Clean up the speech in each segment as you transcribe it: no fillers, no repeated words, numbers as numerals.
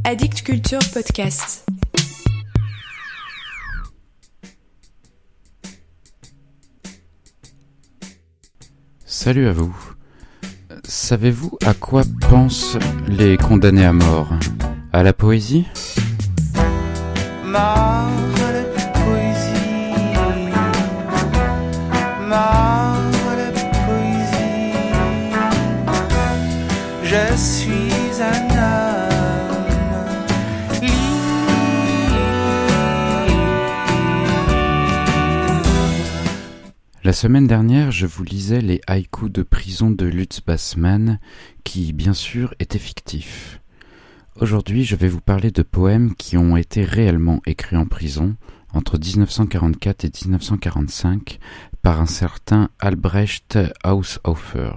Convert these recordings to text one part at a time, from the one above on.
Addict Culture Podcast. Salut à vous. Savez-vous à quoi pensent les condamnés à mort? À la poésie? Mort à la poésie, mort à la poésie. Je suis un homme libre. La semaine dernière, je vous lisais les haïkus de prison de Lutz Bassmann, qui, bien sûr, étaient fictifs. Aujourd'hui, je vais vous parler de poèmes qui ont été réellement écrits en prison entre 1944 et 1945 par un certain Albrecht Haushofer.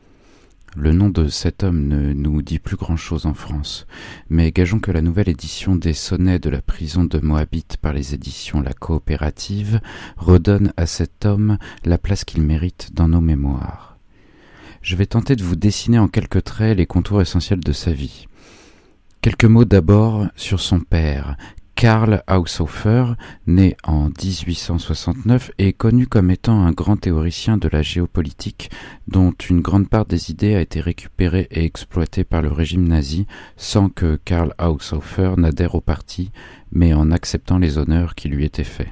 Le nom de cet homme ne nous dit plus grand-chose en France, mais gageons que la nouvelle édition des sonnets de la prison de Moabit par les éditions La Coopérative redonne à cet homme la place qu'il mérite dans nos mémoires. Je vais tenter de vous dessiner en quelques traits les contours essentiels de sa vie. Quelques mots d'abord sur son père. Karl Haushofer, né en 1869, est connu comme étant un grand théoricien de la géopolitique dont une grande part des idées a été récupérée et exploitée par le régime nazi sans que Karl Haushofer n'adhère au parti, mais en acceptant les honneurs qui lui étaient faits.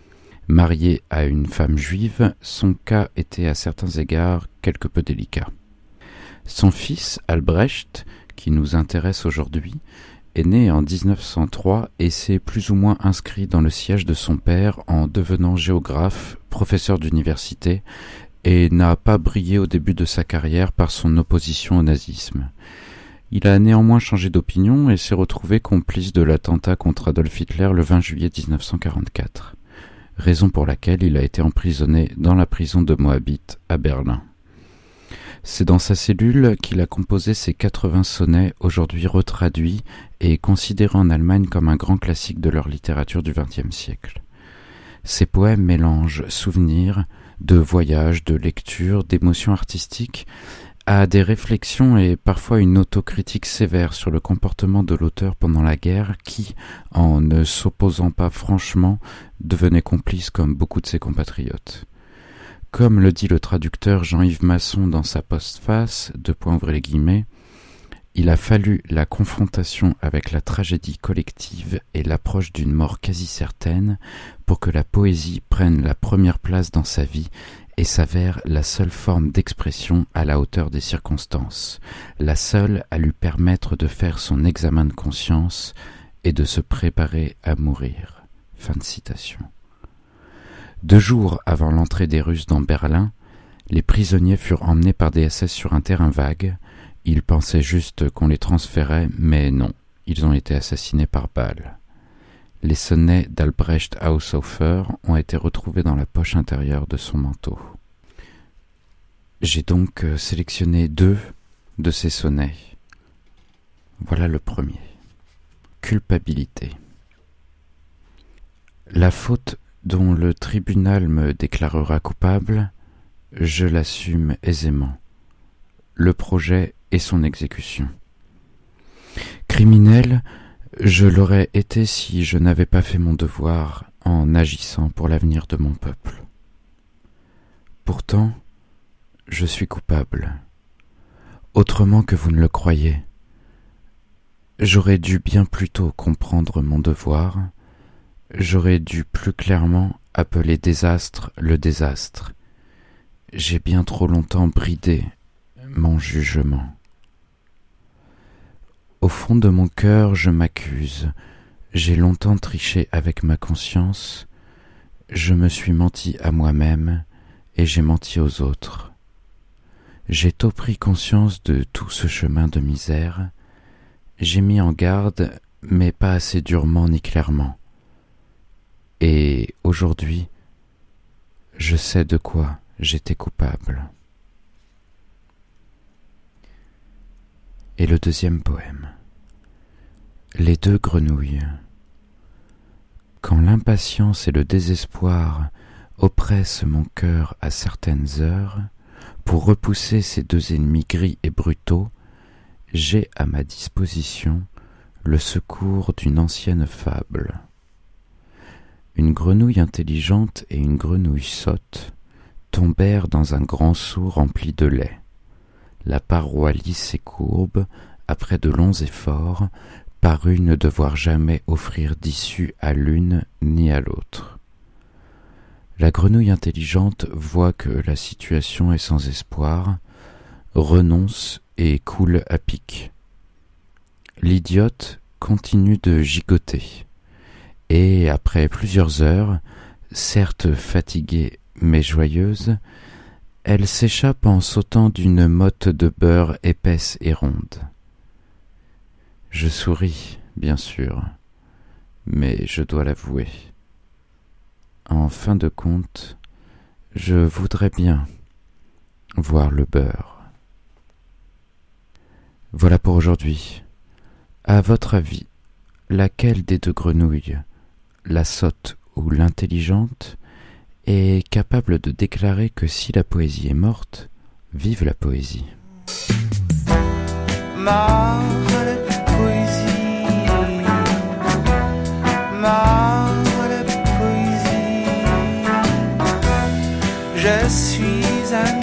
Marié à une femme juive, son cas était à certains égards quelque peu délicat. Son fils, Albrecht, qui nous intéresse aujourd'hui, est né en 1903 et s'est plus ou moins inscrit dans le siège de son père en devenant géographe, professeur d'université, et n'a pas brillé au début de sa carrière par son opposition au nazisme. Il a néanmoins changé d'opinion et s'est retrouvé complice de l'attentat contre Adolf Hitler le 20 juillet 1944, raison pour laquelle il a été emprisonné dans la prison de Moabit à Berlin. C'est dans sa cellule qu'il a composé ses 80 sonnets, aujourd'hui retraduits et considérés en Allemagne comme un grand classique de leur littérature du XXe siècle. Ces poèmes mélangent souvenirs, de voyages, de lectures, d'émotions artistiques, à des réflexions et parfois une autocritique sévère sur le comportement de l'auteur pendant la guerre qui, en ne s'opposant pas franchement, devenait complice comme beaucoup de ses compatriotes. Comme le dit le traducteur Jean-Yves Masson dans sa postface, il a fallu la confrontation avec la tragédie collective et l'approche d'une mort quasi certaine pour que la poésie prenne la première place dans sa vie et s'avère la seule forme d'expression à la hauteur des circonstances, la seule à lui permettre de faire son examen de conscience et de se préparer à mourir. Fin de citation. 2 jours avant l'entrée des Russes dans Berlin, les prisonniers furent emmenés par des SS sur un terrain vague. Ils pensaient juste qu'on les transférait, mais non, ils ont été assassinés par balles. Les sonnets d'Albrecht Haushofer ont été retrouvés dans la poche intérieure de son manteau. J'ai donc sélectionné 2 de ces sonnets. Voilà le premier. Culpabilité. La faute dont le tribunal me déclarera coupable, je l'assume aisément. Le projet et son exécution. Criminel, je l'aurais été si je n'avais pas fait mon devoir en agissant pour l'avenir de mon peuple. Pourtant, je suis coupable, autrement que vous ne le croyez. J'aurais dû bien plus tôt comprendre mon devoir. J'aurais dû plus clairement appeler désastre le désastre. J'ai bien trop longtemps bridé mon jugement. Au fond de mon cœur, je m'accuse. J'ai longtemps triché avec ma conscience. Je me suis menti à moi-même et j'ai menti aux autres. J'ai tôt pris conscience de tout ce chemin de misère. J'ai mis en garde, mais pas assez durement ni clairement. Et aujourd'hui, je sais de quoi j'étais coupable. Et le deuxième poème. Les 2 grenouilles. Quand l'impatience et le désespoir oppressent mon cœur à certaines heures, pour repousser ces 2 ennemis gris et brutaux, j'ai à ma disposition le secours d'une ancienne fable. Une grenouille intelligente et une grenouille sotte tombèrent dans un grand seau rempli de lait. La paroi lisse et courbe, après de longs efforts, parut ne devoir jamais offrir d'issue à l'une ni à l'autre. La grenouille intelligente voit que la situation est sans espoir, renonce et coule à pic. L'idiote continue de gigoter, et après plusieurs heures, certes fatiguée mais joyeuse, elle s'échappe en sautant d'une motte de beurre épaisse et ronde. Je souris, bien sûr, mais je dois l'avouer. En fin de compte, je voudrais bien voir le beurre. Voilà pour aujourd'hui. À votre avis, laquelle des deux grenouilles, la sotte ou l'intelligente, est capable de déclarer que si la poésie est morte, vive la poésie. Mort de poésie, mort de poésie. Je suis un